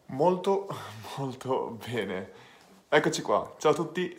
Molto, molto bene. Eccoci qua. Ciao a tutti,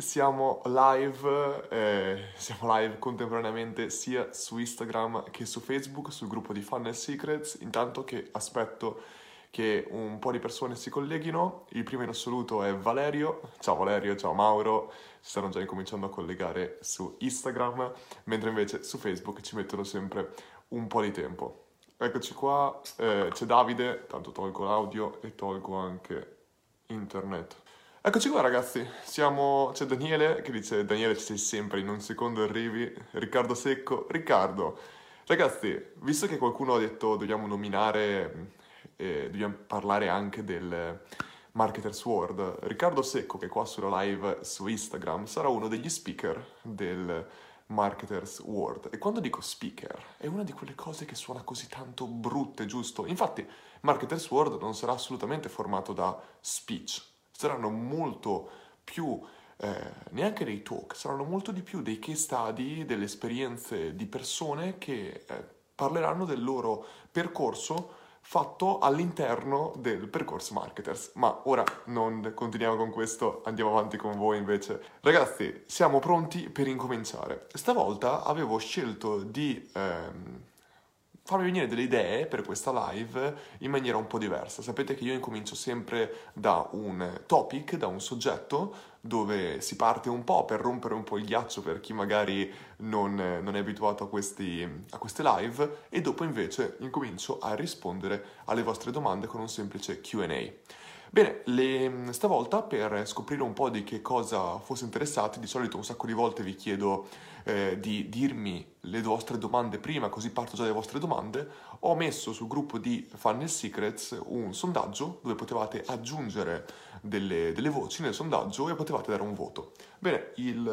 siamo live contemporaneamente sia su Instagram che su Facebook, sul gruppo di Funnel Secrets, intanto che aspetto che un po' di persone si colleghino. Il primo in assoluto è Valerio, ciao Mauro, si stanno già incominciando a collegare su Instagram, mentre invece su Facebook ci mettono sempre un po' di tempo. Eccoci qua, c'è Davide, tanto tolgo l'audio e tolgo anche internet. Eccoci qua ragazzi, c'è Daniele che dice Daniele ci sei sempre, in un secondo arrivi, Riccardo Secco, Riccardo, ragazzi, visto che qualcuno ha detto dobbiamo nominare, dobbiamo parlare anche del Marketers World, Riccardo Secco che è qua sulla live su Instagram sarà uno degli speaker del Marketers World. E quando dico speaker, è una di quelle cose che suona così tanto brutte, giusto? Infatti, Marketers World non sarà assolutamente formato da speech, saranno molto più, neanche dei talk, saranno molto di più dei case study, delle esperienze di persone che parleranno del loro percorso fatto all'interno del percorso Marketers. Ma ora non continuiamo con questo, andiamo avanti con voi invece. Ragazzi, siamo pronti per incominciare. Stavolta avevo scelto di farvi venire delle idee per questa live in maniera un po' diversa. Sapete che io incomincio sempre da un topic, da un soggetto, dove si parte un po' per rompere un po' il ghiaccio per chi magari non è abituato a queste live, e dopo invece incomincio a rispondere alle vostre domande con un semplice Q&A. Bene, stavolta per scoprire un po' di che cosa fosse interessati, di solito un sacco di volte vi chiedo di dirmi le vostre domande prima, così parto già dalle vostre domande. Ho messo sul gruppo di Funnel Secrets un sondaggio dove potevate aggiungere delle voci nel sondaggio e potevate dare un voto. Bene,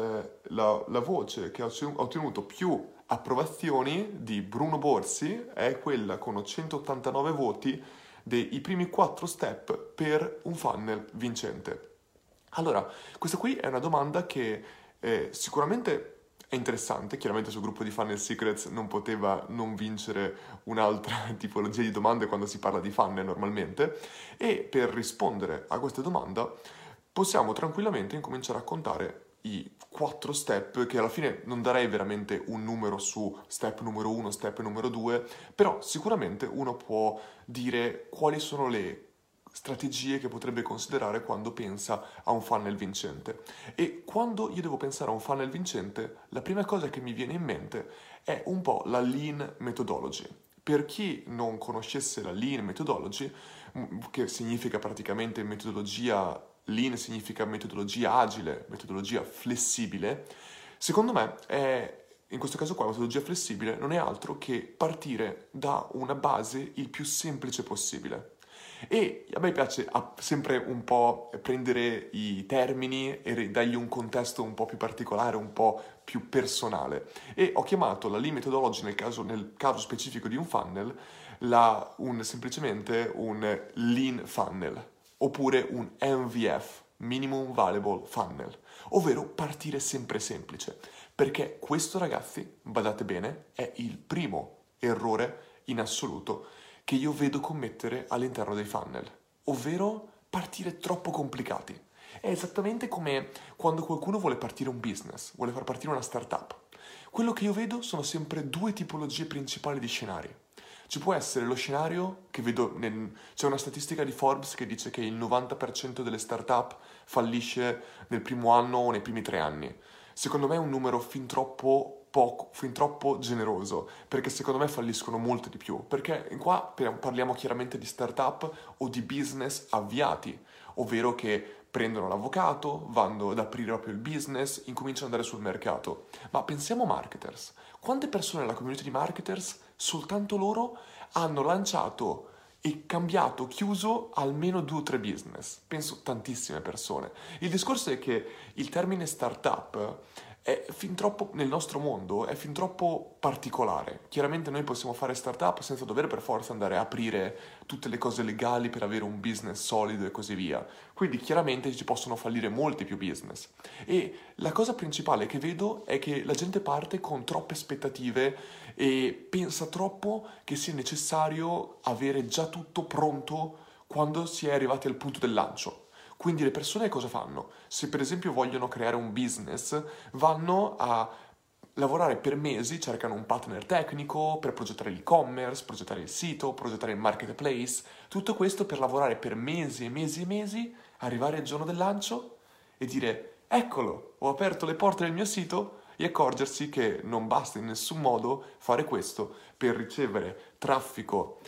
la voce che ha ottenuto più approvazioni di Bruno Borsi è quella con 189 voti dei primi 4 step per un funnel vincente. Allora, questa qui è una domanda che sicuramente è interessante, chiaramente sul gruppo di Funnel Secrets non poteva non vincere un'altra tipologia di domande quando si parla di funnel normalmente, e per rispondere a questa domanda possiamo tranquillamente incominciare a contare i 4 step, che alla fine non darei veramente un numero su step numero 1, step numero 2, però sicuramente uno può dire quali sono le strategie che potrebbe considerare quando pensa a un funnel vincente. E quando io devo pensare a un funnel vincente, la prima cosa che mi viene in mente è un po' la Lean Methodology. Per chi non conoscesse la Lean Methodology, che significa praticamente metodologia, Lean significa metodologia agile, metodologia flessibile, secondo me in questo caso qua la metodologia flessibile non è altro che partire da una base il più semplice possibile. E a me piace sempre un po' prendere i termini e dargli un contesto un po' più particolare, un po' più personale. E ho chiamato la Lean Methodology nel caso specifico di un funnel semplicemente un Lean Funnel, oppure un MVF, Minimum Viable Funnel, ovvero partire sempre semplice. Perché questo, ragazzi, badate bene, è il primo errore in assoluto che io vedo commettere all'interno dei funnel, ovvero partire troppo complicati. È esattamente come quando qualcuno vuole partire un business, vuole far partire una startup. Quello che io vedo sono sempre due tipologie principali di scenari. Ci può essere lo scenario che c'è una statistica di Forbes che dice che il 90% delle startup fallisce nel primo anno o nei primi 3 anni. Secondo me è un numero fin troppo generoso, perché secondo me falliscono molto di più, perché qua parliamo chiaramente di startup o di business avviati, ovvero che prendono l'avvocato, vanno ad aprire proprio il business, incominciano ad andare sul mercato. Ma pensiamo a marketers. Quante persone nella community di marketers, soltanto loro, hanno lanciato e cambiato, chiuso almeno 2 o 3 business? Penso tantissime persone. Il discorso è che il termine startup nel nostro mondo è fin troppo particolare. Chiaramente noi possiamo fare startup senza dover per forza andare a aprire tutte le cose legali per avere un business solido e così via. Quindi chiaramente ci possono fallire molti più business. E la cosa principale che vedo è che la gente parte con troppe aspettative e pensa troppo che sia necessario avere già tutto pronto quando si è arrivati al punto del lancio. Quindi le persone cosa fanno? Se per esempio vogliono creare un business, vanno a lavorare per mesi, cercano un partner tecnico per progettare l'e-commerce, progettare il sito, progettare il marketplace, tutto questo per lavorare per mesi e mesi e mesi, arrivare il giorno del lancio e dire eccolo, ho aperto le porte del mio sito e accorgersi che non basta in nessun modo fare questo per ricevere traffico,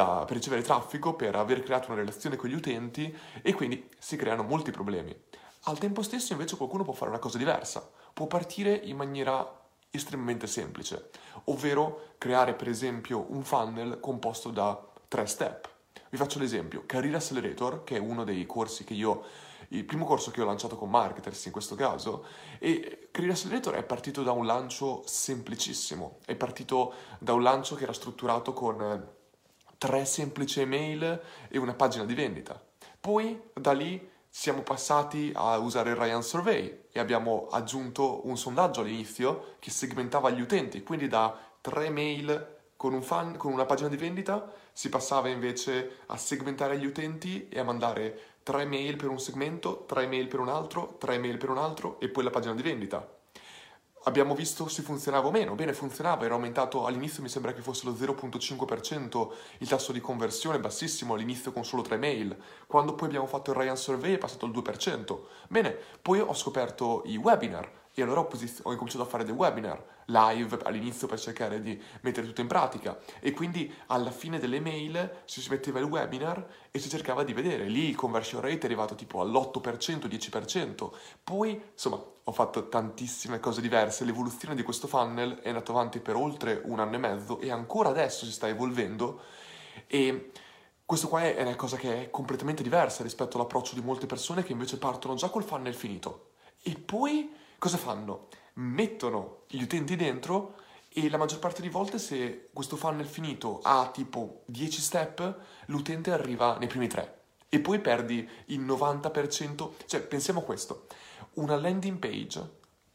per aver creato una relazione con gli utenti e quindi si creano molti problemi. Al tempo stesso invece qualcuno può fare una cosa diversa, può partire in maniera estremamente semplice, ovvero creare per esempio un funnel composto da 3 step. Vi faccio l'esempio, Career Accelerator, che è uno dei corsi il primo corso che ho lanciato con marketers in questo caso, e Career Accelerator è partito da un lancio semplicissimo, è partito da un lancio che era strutturato con 3 semplici email e una pagina di vendita. Poi da lì siamo passati a usare il Ryan Survey e abbiamo aggiunto un sondaggio all'inizio che segmentava gli utenti, quindi da 3 mail con una pagina di vendita si passava invece a segmentare gli utenti e a mandare 3 mail per un segmento, 3 mail per un altro, 3 mail per un altro e poi la pagina di vendita. Abbiamo visto se funzionava o meno. Bene, funzionava, era aumentato all'inizio, mi sembra che fosse lo 0,5% il tasso di conversione, bassissimo all'inizio con solo 3 mail. Quando poi abbiamo fatto il Ryan Survey è passato al 2%. Bene, poi ho scoperto i webinar e allora ho incominciato a fare dei webinar live all'inizio per cercare di mettere tutto in pratica e quindi alla fine delle mail si metteva il webinar e si cercava di vedere. Lì il conversion rate è arrivato tipo all'8%, 10%. Poi, insomma, ho fatto tantissime cose diverse, l'evoluzione di questo funnel è andato avanti per oltre 1 anno e mezzo e ancora adesso si sta evolvendo e questo qua è una cosa che è completamente diversa rispetto all'approccio di molte persone che invece partono già col funnel finito e poi cosa fanno? Mettono gli utenti dentro e la maggior parte di volte se questo funnel finito ha tipo 10 step, l'utente arriva nei primi 3 e poi perdi il 90%, cioè pensiamo a questo. Una landing page,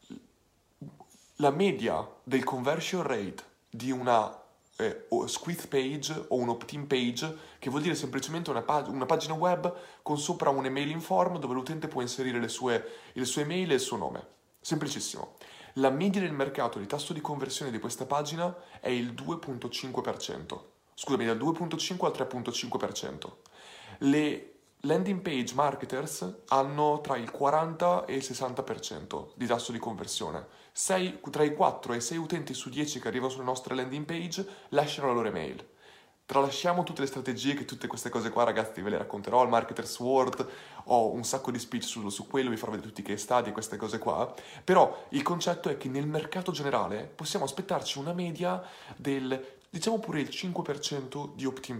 la media del conversion rate di una squeeze page o un opt-in page, che vuol dire semplicemente una pagina web con sopra un'emailing form dove l'utente può inserire le sue email e il suo nome. Semplicissimo. La media del mercato di tasso di conversione di questa pagina è il 2,5%. Scusami, dal 2,5 al 3,5%. Le landing page marketers hanno tra il 40 e il 60% di tasso di conversione. Tra i 4 e i 6 utenti su 10 che arrivano sulle nostre landing page lasciano la loro email. Tralasciamo tutte le strategie, che tutte queste cose qua, ragazzi, ve le racconterò al Marketer's World, ho un sacco di speech su quello, vi farò vedere tutti i case study e queste cose qua, però il concetto è che nel mercato generale possiamo aspettarci una media del, diciamo pure il 5%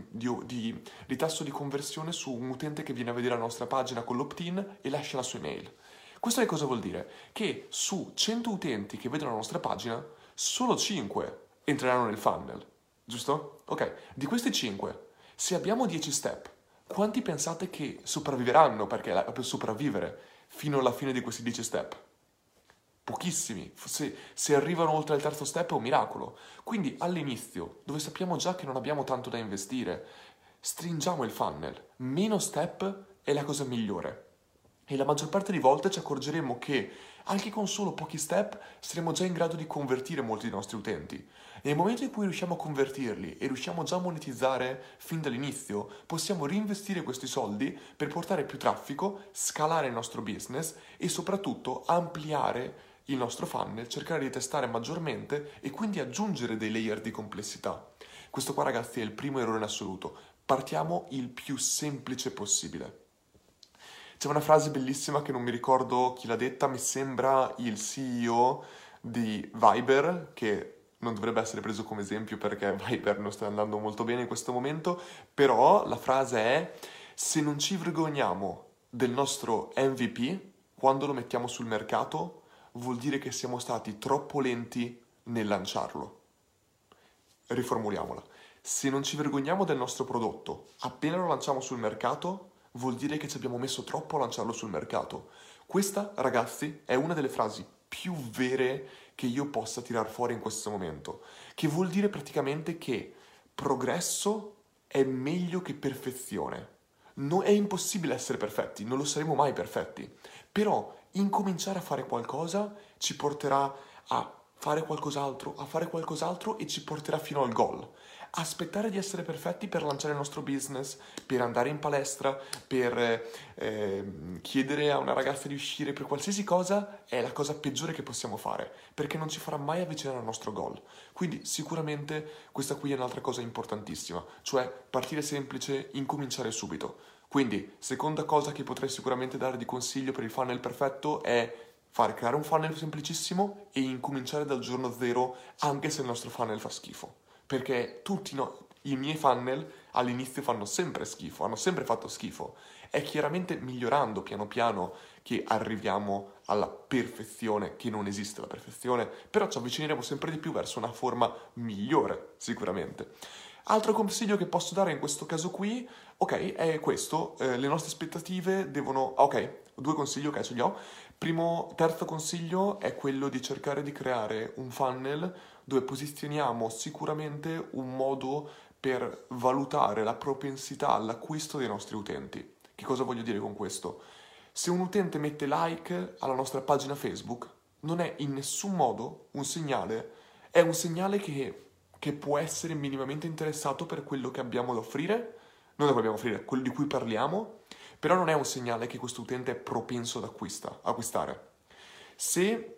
di tasso di conversione su un utente che viene a vedere la nostra pagina con l'opt-in e lascia la sua email. Questo che cosa vuol dire? Che su 100 utenti che vedono la nostra pagina, solo 5 entreranno nel funnel. Giusto? Ok, di questi 5, se abbiamo 10 step, quanti pensate che sopravviveranno per sopravvivere fino alla fine di questi 10 step? Pochissimi. Se arrivano oltre il terzo step è un miracolo. Quindi all'inizio, dove sappiamo già che non abbiamo tanto da investire, stringiamo il funnel. Meno step è la cosa migliore. E la maggior parte di volte ci accorgeremo che anche con solo pochi step saremo già in grado di convertire molti dei nostri utenti. Nel momento in cui riusciamo a convertirli e riusciamo già a monetizzare fin dall'inizio, possiamo reinvestire questi soldi per portare più traffico, scalare il nostro business e soprattutto ampliare il nostro funnel, cercare di testare maggiormente e quindi aggiungere dei layer di complessità. Questo qua, ragazzi, è il primo errore in assoluto. Partiamo il più semplice possibile. C'è una frase bellissima che non mi ricordo chi l'ha detta, mi sembra il CEO di Viber, che non dovrebbe essere preso come esempio perché Viber non sta andando molto bene in questo momento, però la frase è: se non ci vergogniamo del nostro MVP quando lo mettiamo sul mercato, vuol dire che siamo stati troppo lenti nel lanciarlo. Riformuliamola. Se non ci vergogniamo del nostro prodotto appena lo lanciamo sul mercato, vuol dire che ci abbiamo messo troppo a lanciarlo sul mercato. Questa, ragazzi, è una delle frasi più vere che io possa tirar fuori in questo momento, che vuol dire praticamente che progresso è meglio che perfezione. È impossibile essere perfetti, non lo saremo mai perfetti, però incominciare a fare qualcosa ci porterà a fare qualcos'altro e ci porterà fino al goal. Aspettare di essere perfetti per lanciare il nostro business, per andare in palestra, per chiedere a una ragazza di uscire, per qualsiasi cosa, è la cosa peggiore che possiamo fare, perché non ci farà mai avvicinare al nostro goal. Quindi sicuramente questa qui è un'altra cosa importantissima, cioè partire semplice, incominciare subito. Quindi, seconda cosa che potrei sicuramente dare di consiglio per il funnel perfetto è creare un funnel semplicissimo e incominciare dal giorno zero anche se il nostro funnel fa schifo. Perché i miei funnel all'inizio fanno sempre schifo, hanno sempre fatto schifo. È chiaramente migliorando piano piano che arriviamo alla perfezione, che non esiste la perfezione, però ci avvicineremo sempre di più verso una forma migliore, sicuramente. Altro consiglio che posso dare in questo caso qui, ok, è questo, le nostre aspettative devono... Ok, 2 consigli, ok, ce li ho. Terzo consiglio è quello di cercare di creare un funnel dove posizioniamo sicuramente un modo per valutare la propensità all'acquisto dei nostri utenti. Che cosa voglio dire con questo? Se un utente mette like alla nostra pagina Facebook, non è in nessun modo un segnale, è un segnale che può essere minimamente interessato per quello che abbiamo da offrire, non da quello che abbiamo da offrire, quello di cui parliamo, però non è un segnale che questo utente è propenso ad acquistare. Se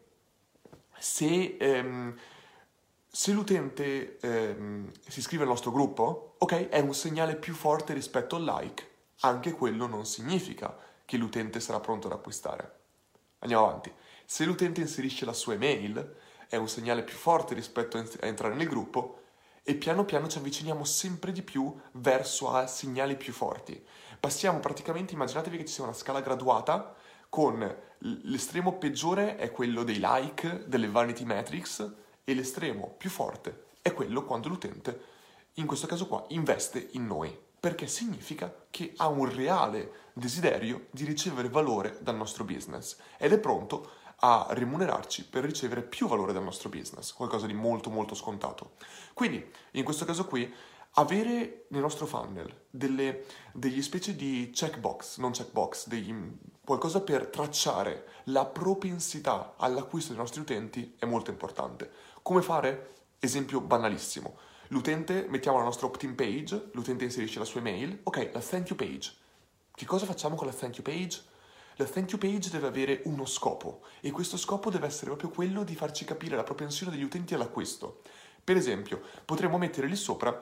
l'utente si iscrive al nostro gruppo, ok, è un segnale più forte rispetto al like. Anche quello non significa che l'utente sarà pronto ad acquistare. Andiamo avanti. Se l'utente inserisce la sua email, è un segnale più forte rispetto a entrare nel gruppo e piano piano ci avviciniamo sempre di più verso a segnali più forti. Passiamo praticamente, immaginatevi che ci sia una scala graduata con l'estremo peggiore è quello dei like, delle vanity metrics, e l'estremo più forte è quello quando l'utente, in questo caso qua, investe in noi, perché significa che ha un reale desiderio di ricevere valore dal nostro business ed è pronto a remunerarci per ricevere più valore dal nostro business, qualcosa di molto molto scontato. Quindi, in questo caso qui, avere nel nostro funnel degli specie di checkbox, non checkbox, qualcosa per tracciare la propensità all'acquisto dei nostri utenti è molto importante. Come fare? Esempio banalissimo. L'utente, mettiamo la nostra opt-in page, l'utente inserisce la sua email, ok, la thank you page. Che cosa facciamo con la thank you page? La thank you page deve avere uno scopo e questo scopo deve essere proprio quello di farci capire la propensione degli utenti all'acquisto. Per esempio, potremmo mettere lì sopra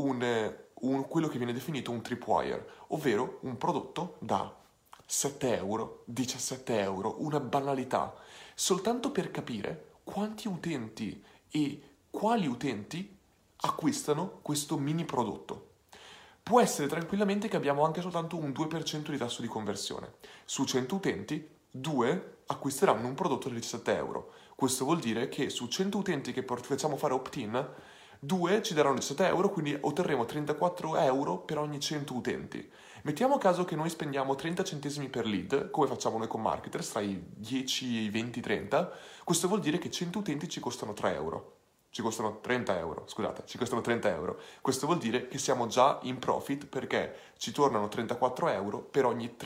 quello che viene definito un tripwire, ovvero un prodotto da 7 euro, 17 euro, una banalità, soltanto per capire quanti utenti e quali utenti acquistano questo mini prodotto. Può essere tranquillamente che abbiamo anche soltanto un 2% di tasso di conversione. Su 100 utenti, 2 acquisteranno un prodotto da 17 euro. Questo vuol dire che su 100 utenti che facciamo fare opt-in, 2 ci daranno 17 euro, quindi otterremo 34 euro per ogni 100 utenti. Mettiamo caso che noi spendiamo 30 centesimi per lead, come facciamo noi con marketers, tra i 10, i 20, 30. Questo vuol dire che 100 utenti ci costano 3 euro. Ci costano 30 euro, scusate, ci costano 30 euro. Questo vuol dire che siamo già in profit perché ci tornano 34 euro per ogni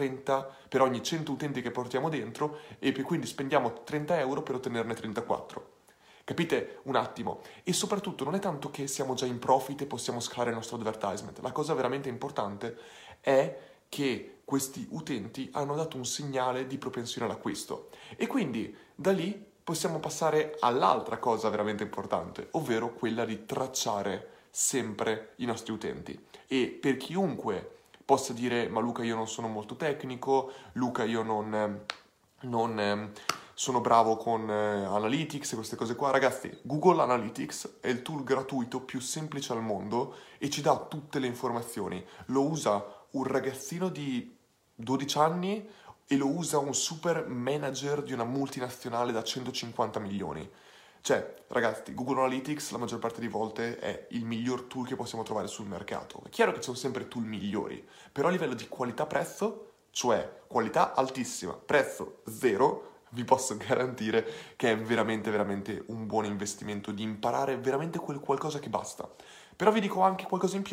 100 utenti che portiamo dentro e quindi spendiamo 30 euro per ottenerne 34. Capite un attimo? E soprattutto non è tanto che siamo già in profit e possiamo scalare il nostro advertisement. La cosa veramente importante è che questi utenti hanno dato un segnale di propensione all'acquisto. E quindi da lì possiamo passare all'altra cosa veramente importante, ovvero quella di tracciare sempre i nostri utenti. E per chiunque possa dire ma Luca io non sono molto tecnico, Luca io non sono bravo con Analytics e queste cose qua, ragazzi, Google Analytics è il tool gratuito più semplice al mondo e ci dà tutte le informazioni. Lo usa un ragazzino di 12 anni e lo usa un super manager di una multinazionale da 150 milioni. Cioè, ragazzi, Google Analytics la maggior parte delle volte è il miglior tool che possiamo trovare sul mercato. È chiaro che ci sono sempre tool migliori, però a livello di qualità-prezzo, cioè qualità altissima, prezzo zero, vi posso garantire che è veramente, veramente un buon investimento di imparare veramente quel qualcosa che basta. Però vi dico anche qualcosa in più,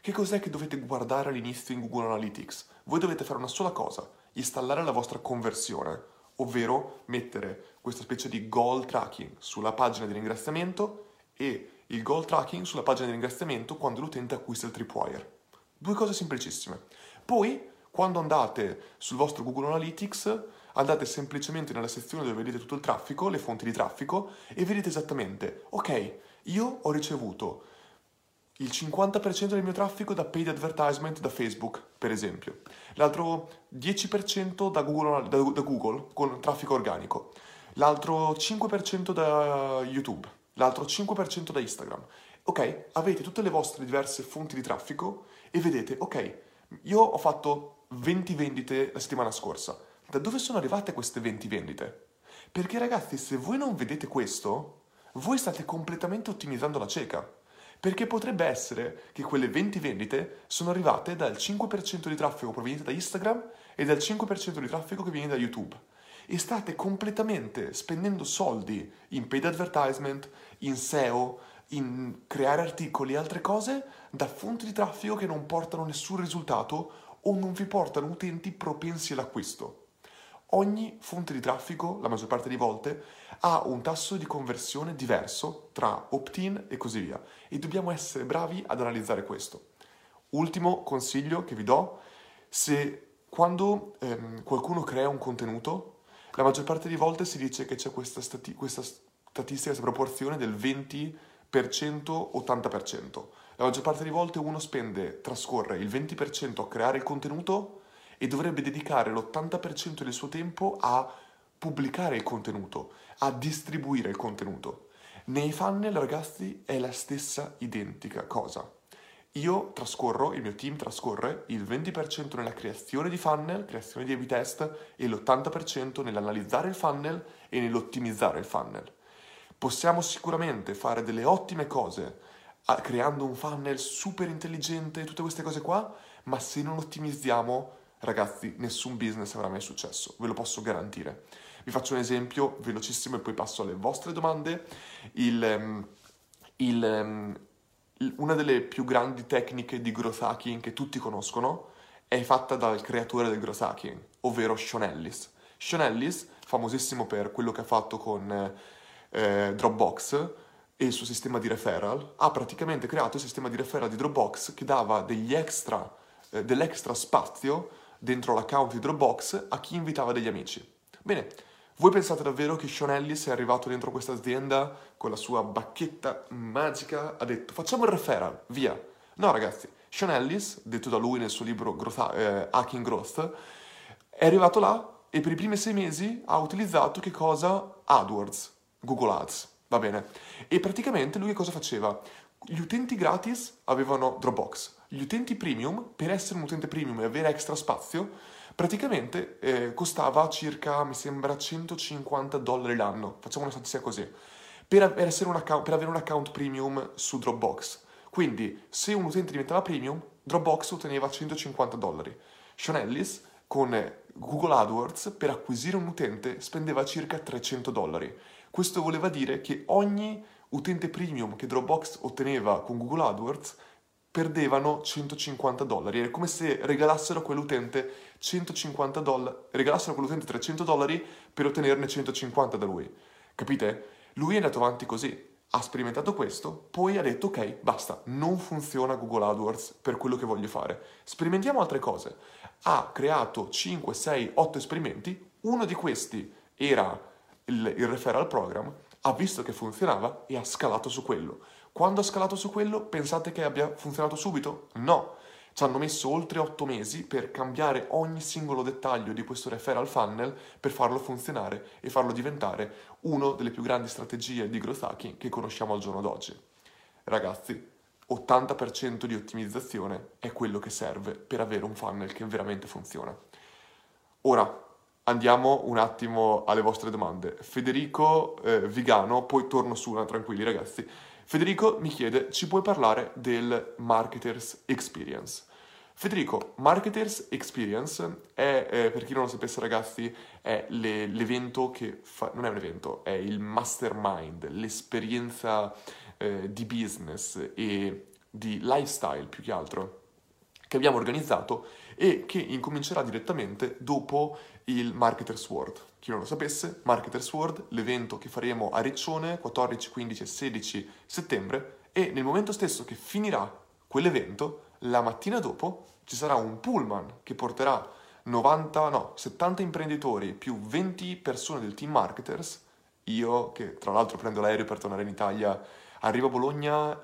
Che cos'è che dovete guardare all'inizio in Google Analytics? Voi dovete fare una sola cosa, installare la vostra conversione, ovvero mettere questa specie di goal tracking sulla pagina di ringraziamento e il goal tracking sulla pagina di ringraziamento quando l'utente acquista il tripwire. Due cose semplicissime. Poi, quando andate sul vostro Google Analytics, andate semplicemente nella sezione dove vedete tutto il traffico, le fonti di traffico, e vedete esattamente, ok, io ho ricevuto il 50% del mio traffico da paid advertisement da Facebook, per esempio. L'altro 10% da Google con traffico organico. L'altro 5% da YouTube. L'altro 5% da Instagram. Ok, avete tutte le vostre diverse fonti di traffico e vedete, ok, io ho fatto 20 vendite la settimana scorsa. Da dove sono arrivate queste 20 vendite? Perché ragazzi, se voi non vedete questo, voi state completamente ottimizzando la cieca. Perché potrebbe essere che quelle 20 vendite sono arrivate dal 5% di traffico proveniente da Instagram e dal 5% di traffico che viene da YouTube. E state completamente spendendo soldi in paid advertisement, in SEO, in creare articoli e altre cose da fonti di traffico che non portano nessun risultato o non vi portano utenti propensi all'acquisto. Ogni fonte di traffico, la maggior parte delle volte, ha un tasso di conversione diverso tra opt-in e così via. E dobbiamo essere bravi ad analizzare questo. Ultimo consiglio che vi do, se quando qualcuno crea un contenuto, la maggior parte delle volte si dice che c'è questa statistica, questa proporzione del 20%-80%. La maggior parte delle volte uno trascorre il 20% a creare il contenuto e dovrebbe dedicare l'80% del suo tempo a pubblicare il contenuto, a distribuire il contenuto. Nei funnel, ragazzi, è la stessa identica cosa. Il mio team trascorre il 20% nella creazione di funnel, creazione di A/B test e l'80% nell'analizzare il funnel e nell'ottimizzare il funnel. Possiamo sicuramente fare delle ottime cose creando un funnel super intelligente, tutte queste cose qua, ma se non ottimizziamo, ragazzi, nessun business avrà mai successo, ve lo posso garantire. Vi faccio un esempio velocissimo e poi passo alle vostre domande. Una delle più grandi tecniche di growth hacking che tutti conoscono è fatta dal creatore del growth hacking, ovvero Sean Ellis. Sean Ellis, famosissimo per quello che ha fatto con Dropbox e il suo sistema di referral, ha praticamente creato il sistema di referral di Dropbox che dava dell'extra spazio dentro l'account di Dropbox a chi invitava degli amici. Bene, voi pensate davvero che Sean Ellis è arrivato dentro questa azienda con la sua bacchetta magica, ha detto facciamo il referral, via. No ragazzi, Sean Ellis, detto da lui nel suo libro Hacking Growth, è arrivato là e per i primi 6 mesi ha utilizzato che cosa? AdWords, Google Ads, va bene. E praticamente lui che cosa faceva? Gli utenti gratis avevano Dropbox, gli utenti premium, per essere un utente premium e avere extra spazio, praticamente costava circa, mi sembra, $150 l'anno, facciamo una statistica così, per avere un account premium su Dropbox. Quindi, se un utente diventava premium, Dropbox otteneva $150. Sean Ellis, con Google AdWords, per acquisire un utente, spendeva circa $300. Questo voleva dire che ogni utente premium che Dropbox otteneva con Google AdWords perdevano $150. È come se regalassero a quell'utente regalassero a quell'utente $300 per ottenerne 150 da lui. Capite? Lui è andato avanti così. Ha sperimentato questo, poi ha detto ok, basta, non funziona Google AdWords per quello che voglio fare. Sperimentiamo altre cose. Ha creato 5, 6, 8 esperimenti, uno di questi era il referral program, ha visto che funzionava e ha scalato su quello. Quando ha scalato su quello, pensate che abbia funzionato subito? No. Ci hanno messo oltre 8 mesi per cambiare ogni singolo dettaglio di questo referral funnel per farlo funzionare e farlo diventare una delle più grandi strategie di growth hacking che conosciamo al giorno d'oggi. Ragazzi, 80% di ottimizzazione è quello che serve per avere un funnel che veramente funziona. Ora, andiamo un attimo alle vostre domande. Federico Vigano, poi torno su, tranquilli ragazzi. Federico mi chiede, ci puoi parlare del Marketers Experience? Federico, Marketers Experience è, per chi non lo sapesse ragazzi, è l'evento che fa, non è un evento, è il mastermind, l'esperienza di business e di lifestyle più che altro, che abbiamo organizzato e che incomincerà direttamente dopo il Marketers World. Chi non lo sapesse, Marketers World, l'evento che faremo a Riccione 14, 15 e 16 settembre, e nel momento stesso che finirà quell'evento, la mattina dopo ci sarà un pullman che porterà 70 imprenditori più 20 persone del team Marketers. Io, che tra l'altro prendo l'aereo per tornare in Italia, arrivo a Bologna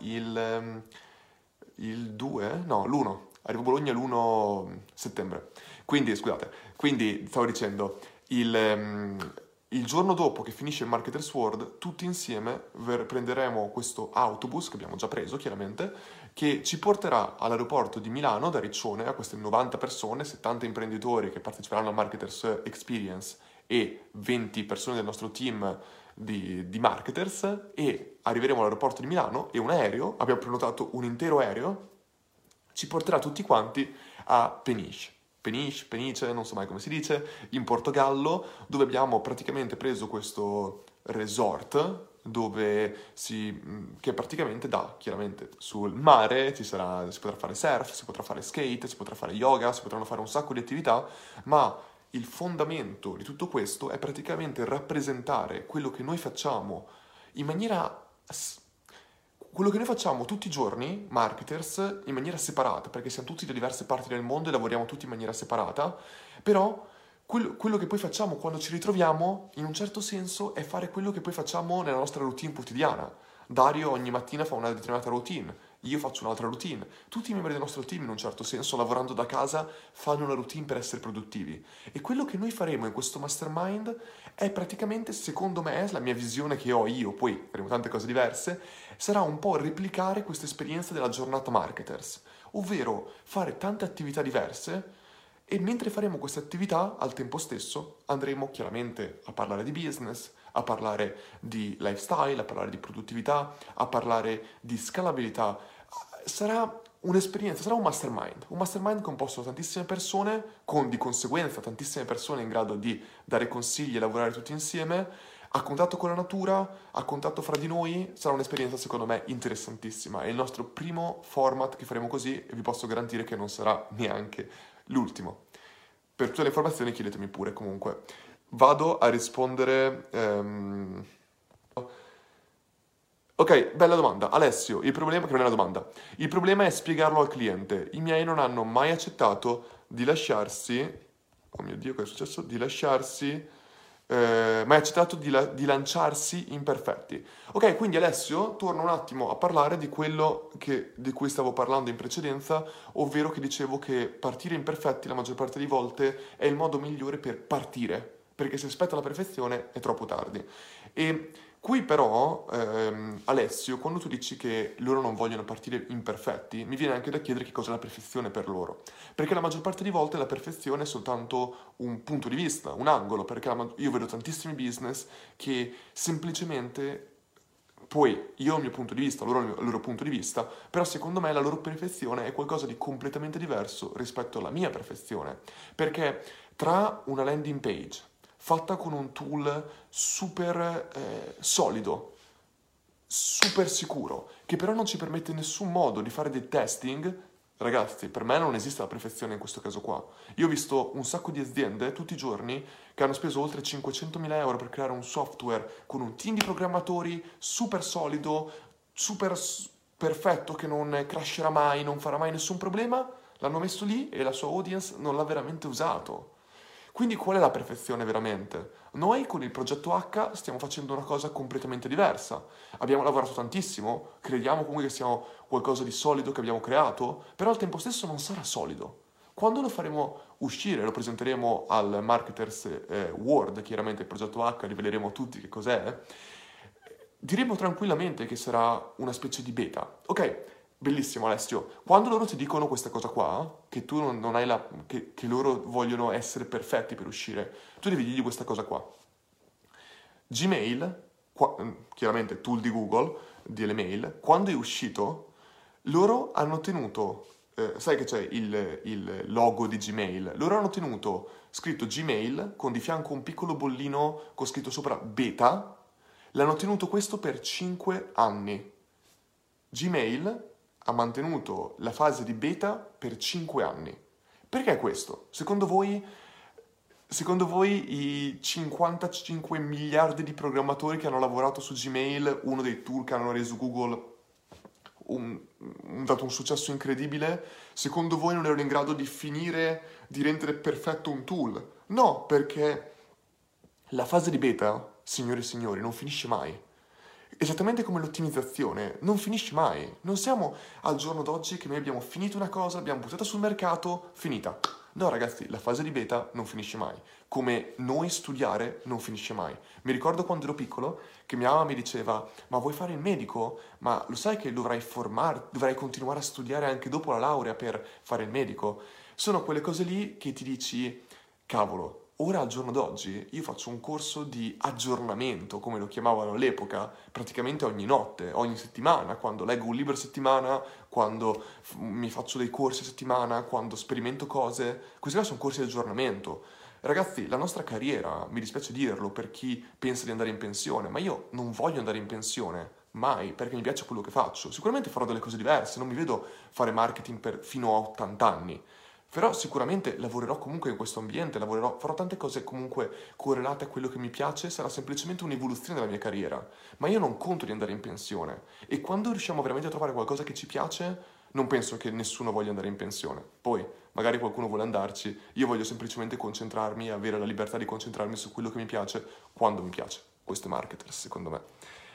il 2? No, l'1. Arrivo a Bologna l'1 settembre. Quindi stavo dicendo, il giorno dopo che finisce il Marketers World, tutti insieme prenderemo questo autobus, che abbiamo già preso chiaramente, che ci porterà all'aeroporto di Milano, da Riccione, a queste 90 persone, 70 imprenditori che parteciperanno al Marketers Experience e 20 persone del nostro team di marketers, e arriveremo all'aeroporto di Milano e un aereo, abbiamo prenotato un intero aereo, ci porterà tutti quanti a Peniche, non so mai come si dice, in Portogallo, dove abbiamo praticamente preso questo resort che praticamente dà, chiaramente, sul mare, si potrà fare surf, si potrà fare skate, si potrà fare yoga, si potranno fare un sacco di attività, ma il fondamento di tutto questo è praticamente rappresentare quello che noi facciamo in maniera... quello che noi facciamo tutti i giorni, marketers, in maniera separata, perché siamo tutti da diverse parti del mondo e lavoriamo tutti in maniera separata, però quello che poi facciamo quando ci ritroviamo, in un certo senso, è fare quello che poi facciamo nella nostra routine quotidiana. Dario ogni mattina fa una determinata routine, io faccio un'altra routine. Tutti i membri del nostro team, in un certo senso, lavorando da casa, fanno una routine per essere produttivi. E quello che noi faremo in questo mastermind è praticamente, secondo me, la mia visione che ho io, poi faremo tante cose diverse, sarà un po' replicare questa esperienza della giornata marketers, ovvero fare tante attività diverse. E mentre faremo queste attività, al tempo stesso, andremo chiaramente a parlare di business, a parlare di lifestyle, a parlare di produttività, a parlare di scalabilità. Sarà un'esperienza, sarà un mastermind composto da tantissime persone, con di conseguenza tantissime persone in grado di dare consigli e lavorare tutti insieme, a contatto con la natura, a contatto fra di noi. Sarà un'esperienza secondo me interessantissima. È il nostro primo format che faremo così e vi posso garantire che non sarà neanche l'ultimo. Per tutte le informazioni chiedetemi pure comunque. Vado a rispondere... Ok, bella domanda. Alessio, il problema, che non è una domanda, il problema è spiegarlo al cliente. I miei non hanno mai accettato di lasciarsi... Oh mio Dio, cosa è successo? Di lasciarsi... mai accettato di lanciarsi imperfetti. Ok, quindi Alessio, torno un attimo a parlare di quello di cui stavo parlando in precedenza, ovvero che dicevo che partire imperfetti la maggior parte delle volte è il modo migliore per partire, perché se aspetta la perfezione è troppo tardi. E qui però, Alessio, quando tu dici che loro non vogliono partire imperfetti, mi viene anche da chiedere che cos'è la perfezione per loro. Perché la maggior parte delle volte la perfezione è soltanto un punto di vista, un angolo, perché io vedo tantissimi business che semplicemente, poi io ho il mio punto di vista, loro hanno il loro punto di vista, però secondo me la loro perfezione è qualcosa di completamente diverso rispetto alla mia perfezione. Perché tra una landing page fatta con un tool super solido, super sicuro, che però non ci permette in nessun modo di fare dei testing, ragazzi, per me non esiste la perfezione in questo caso qua. Io ho visto un sacco di aziende tutti i giorni che hanno speso oltre 500.000 euro per creare un software con un team di programmatori super solido, super perfetto, che non crasherà mai, non farà mai nessun problema. L'hanno messo lì e la sua audience non l'ha veramente usato. Quindi qual è la perfezione veramente? Noi con il progetto H stiamo facendo una cosa completamente diversa. Abbiamo lavorato tantissimo, crediamo comunque che sia qualcosa di solido che abbiamo creato, però al tempo stesso non sarà solido. Quando lo faremo uscire, lo presenteremo al Marketers World, chiaramente il progetto H, riveleremo tutti che cos'è, diremo tranquillamente che sarà una specie di beta. Ok, bellissimo Alessio, quando loro ti dicono questa cosa qua, che tu non hai che loro vogliono essere perfetti per uscire, tu devi dirgli questa cosa qua. Gmail, chiaramente tool di Google, delle mail, quando è uscito, loro hanno tenuto, sai che c'è il logo di Gmail, loro hanno tenuto scritto Gmail con di fianco un piccolo bollino con scritto sopra beta, l'hanno tenuto questo per 5 anni. Gmail ha mantenuto la fase di beta per 5 anni. Perché questo? Secondo voi i 55 miliardi di programmatori che hanno lavorato su Gmail, uno dei tool che hanno reso Google dato un successo incredibile, secondo voi non erano in grado di di rendere perfetto un tool? No, perché la fase di beta, signore e signori, non finisce mai. Esattamente come l'ottimizzazione, non finisce mai. Non siamo al giorno d'oggi che noi abbiamo finito una cosa, l'abbiamo buttata sul mercato, finita. No, ragazzi, la fase di beta non finisce mai. Come noi studiare non finisce mai. Mi ricordo quando ero piccolo che mia mamma mi diceva: ma vuoi fare il medico? Ma lo sai che dovrai continuare a studiare anche dopo la laurea per fare il medico? Sono quelle cose lì che ti dici: cavolo, ora al giorno d'oggi io faccio un corso di aggiornamento, come lo chiamavano all'epoca, praticamente ogni notte, ogni settimana, quando leggo un libro a settimana, quando mi faccio dei corsi a settimana, quando sperimento cose. Questi qua sono corsi di aggiornamento. Ragazzi, la nostra carriera, mi dispiace dirlo per chi pensa di andare in pensione, ma io non voglio andare in pensione, mai, perché mi piace quello che faccio. Sicuramente farò delle cose diverse, non mi vedo fare marketing fino a 80 anni. Però sicuramente lavorerò comunque in questo ambiente, farò tante cose comunque correlate a quello che mi piace, sarà semplicemente un'evoluzione della mia carriera. Ma io non conto di andare in pensione. E quando riusciamo veramente a trovare qualcosa che ci piace, non penso che nessuno voglia andare in pensione. Poi, magari qualcuno vuole andarci, io voglio semplicemente concentrarmi e avere la libertà di concentrarmi su quello che mi piace, quando mi piace. Questo è marketers, secondo me.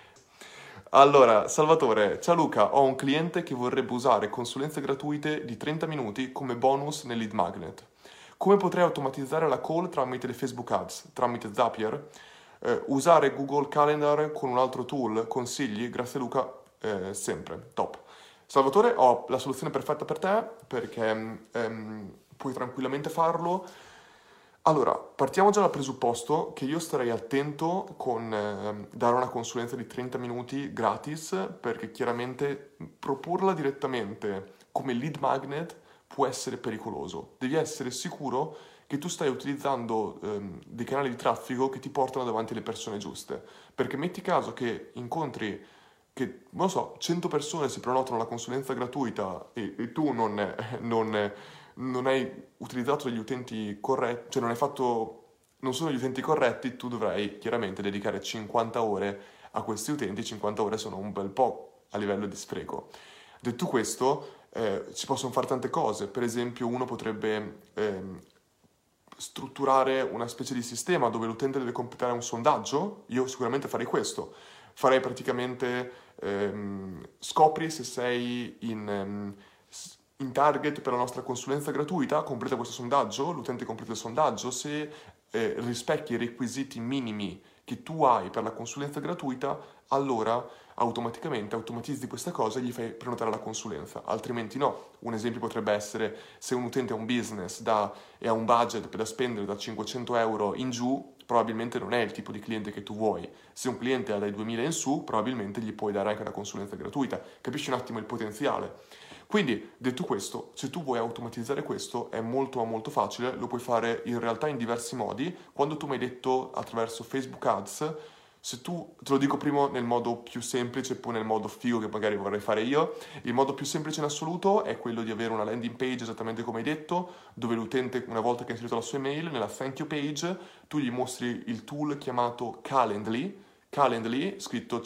Allora, Salvatore, ciao Luca, ho un cliente che vorrebbe usare consulenze gratuite di 30 minuti come bonus nel lead magnet. Come potrei automatizzare la call tramite le Facebook Ads, tramite Zapier? Usare Google Calendar con un altro tool? Consigli? Grazie Luca, sempre, top. Salvatore, ho la soluzione perfetta per te perché puoi tranquillamente farlo. Allora, partiamo già dal presupposto che io starei attento con dare una consulenza di 30 minuti gratis, perché chiaramente proporla direttamente come lead magnet può essere pericoloso. Devi essere sicuro che tu stai utilizzando dei canali di traffico che ti portano davanti alle persone giuste. Perché metti caso che incontri che, non lo so, 100 persone si prenotano la consulenza gratuita e tu non hai utilizzato degli utenti corretti, cioè non sono gli utenti corretti, tu dovrai chiaramente dedicare 50 ore a questi utenti, 50 ore sono un bel po' a livello di spreco. Detto questo, si possono fare tante cose, per esempio uno potrebbe strutturare una specie di sistema dove l'utente deve completare un sondaggio. Io sicuramente farei questo. Farei praticamente, scopri se sei in target per la nostra consulenza gratuita, completa questo sondaggio, l'utente completa il sondaggio, se rispecchi i requisiti minimi che tu hai per la consulenza gratuita, allora automatizzi questa cosa e gli fai prenotare la consulenza, altrimenti no. Un esempio potrebbe essere se un utente ha un business e ha un budget da spendere da 500 euro in giù, probabilmente non è il tipo di cliente che tu vuoi. Se un cliente ha dai 2000 in su, probabilmente gli puoi dare anche la consulenza gratuita. Capisci un attimo il potenziale? Quindi, detto questo, se tu vuoi automatizzare questo è molto ma molto facile, lo puoi fare in realtà in diversi modi. Quando tu mi hai detto attraverso Facebook Ads, se tu, te lo dico prima nel modo più semplice, poi nel modo figo che magari vorrei fare io, il modo più semplice in assoluto è quello di avere una landing page esattamente come hai detto, dove l'utente una volta che ha inserito la sua email, nella thank you page, tu gli mostri il tool chiamato Calendly, scritto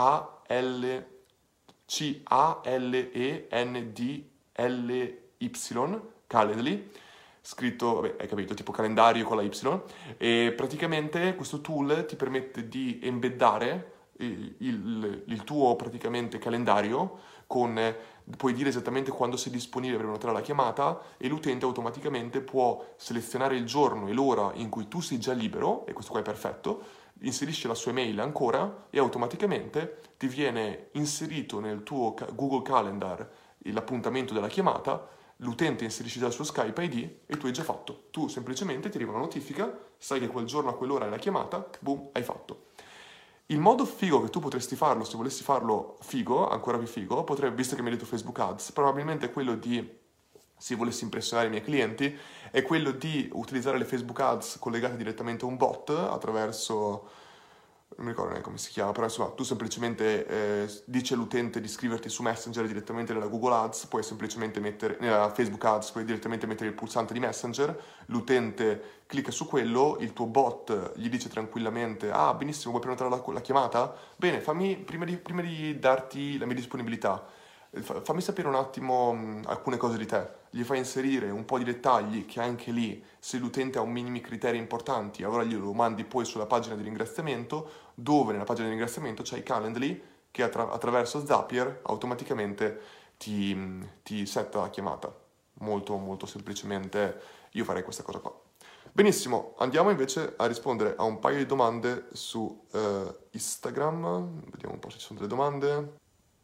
Calendly, Calendly, scritto, vabbè, hai capito, tipo calendario con la Y, e praticamente questo tool ti permette di embeddare il tuo praticamente calendario puoi dire esattamente quando sei disponibile per prenotare la chiamata e l'utente automaticamente può selezionare il giorno e l'ora in cui tu sei già libero, e questo qua è perfetto, inserisce la sua email ancora e automaticamente ti viene inserito nel tuo Google Calendar l'appuntamento della chiamata, l'utente inserisce già il suo Skype ID e tu hai già fatto. Tu semplicemente ti arriva una notifica, sai che quel giorno a quell'ora è la chiamata, boom, hai fatto. Il modo figo che tu potresti farlo, se volessi farlo figo, ancora più figo, potrebbe, visto che mi hai detto Facebook Ads, probabilmente quello di, se volessi impressionare i miei clienti, è quello di utilizzare le Facebook Ads collegate direttamente a un bot attraverso non mi ricordo neanche come si chiama, però insomma tu semplicemente dici all'utente di iscriverti su Messenger direttamente nella Google Ads, puoi semplicemente mettere, nella Facebook Ads, puoi direttamente mettere il pulsante di Messenger, l'utente clicca su quello, il tuo bot gli dice tranquillamente, ah benissimo, vuoi prenotare la chiamata? Bene, prima di darti la mia disponibilità, fammi sapere un attimo alcune cose di te, gli fai inserire un po' di dettagli che anche lì, se l'utente ha un minimi criteri importanti, allora glielo mandi poi sulla pagina di ringraziamento, dove nella pagina di ringraziamento c'è i Calendly che attraverso Zapier automaticamente ti setta la chiamata. Molto molto semplicemente io farei questa cosa qua. Benissimo, andiamo invece a rispondere a un paio di domande su Instagram. Vediamo un po' se ci sono delle domande.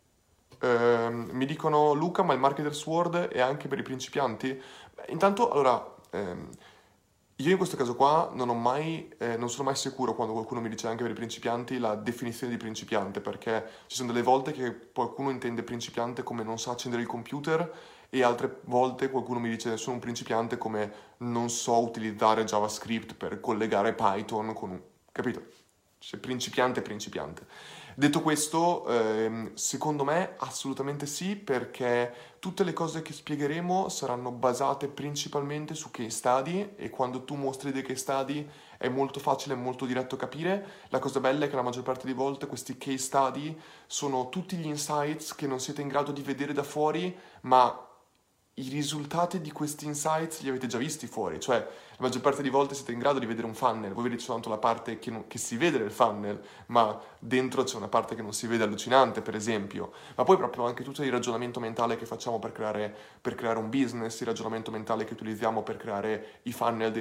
Mi dicono Luca, ma il Marketer's Word è anche per i principianti? Beh, intanto, allora, io in questo caso qua non sono mai sicuro quando qualcuno mi dice anche per i principianti la definizione di principiante, perché ci sono delle volte che qualcuno intende principiante come non sa accendere il computer e altre volte qualcuno mi dice sono un principiante come non so utilizzare JavaScript per collegare Python con un... Capito? Cioè, principiante è principiante. Detto questo, secondo me assolutamente sì, perché tutte le cose che spiegheremo saranno basate principalmente su case study e quando tu mostri dei case study è molto facile e molto diretto capire. La cosa bella è che la maggior parte delle volte questi case study sono tutti gli insights che non siete in grado di vedere da fuori, ma i risultati di questi insights li avete già visti fuori, cioè la maggior parte delle volte siete in grado di vedere un funnel, voi vedete soltanto la parte che si vede nel funnel, ma dentro c'è una parte che non si vede allucinante, per esempio, ma poi proprio anche tutto il ragionamento mentale che facciamo per creare un business, il ragionamento mentale che utilizziamo per creare i funnel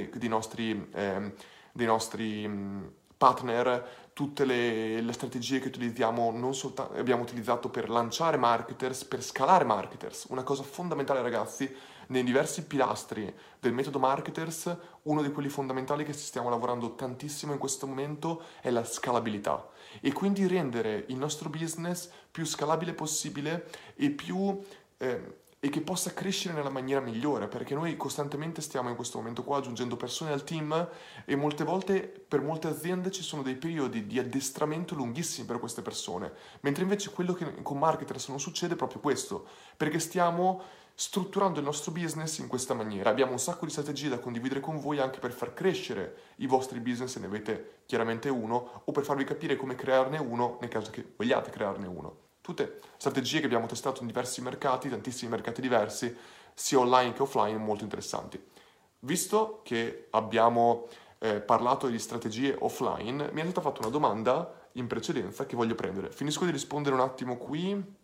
dei nostri partner, tutte le strategie che utilizziamo, abbiamo utilizzato per lanciare marketers, per scalare marketers. Una cosa fondamentale, ragazzi, nei diversi pilastri del metodo marketers, uno di quelli fondamentali che stiamo lavorando tantissimo in questo momento è la scalabilità. E quindi rendere il nostro business più scalabile possibile e e che possa crescere nella maniera migliore, perché noi costantemente stiamo in questo momento qua aggiungendo persone al team e molte volte per molte aziende ci sono dei periodi di addestramento lunghissimi per queste persone, mentre invece quello che con marketers non succede è proprio questo, perché stiamo strutturando il nostro business in questa maniera. Abbiamo un sacco di strategie da condividere con voi anche per far crescere i vostri business, se ne avete chiaramente uno, o per farvi capire come crearne uno nel caso che vogliate crearne uno. Tutte strategie che abbiamo testato in diversi mercati, tantissimi mercati diversi, sia online che offline, molto interessanti. Visto che abbiamo parlato di strategie offline, mi è stata fatta una domanda in precedenza che voglio prendere. Finisco di rispondere un attimo qui.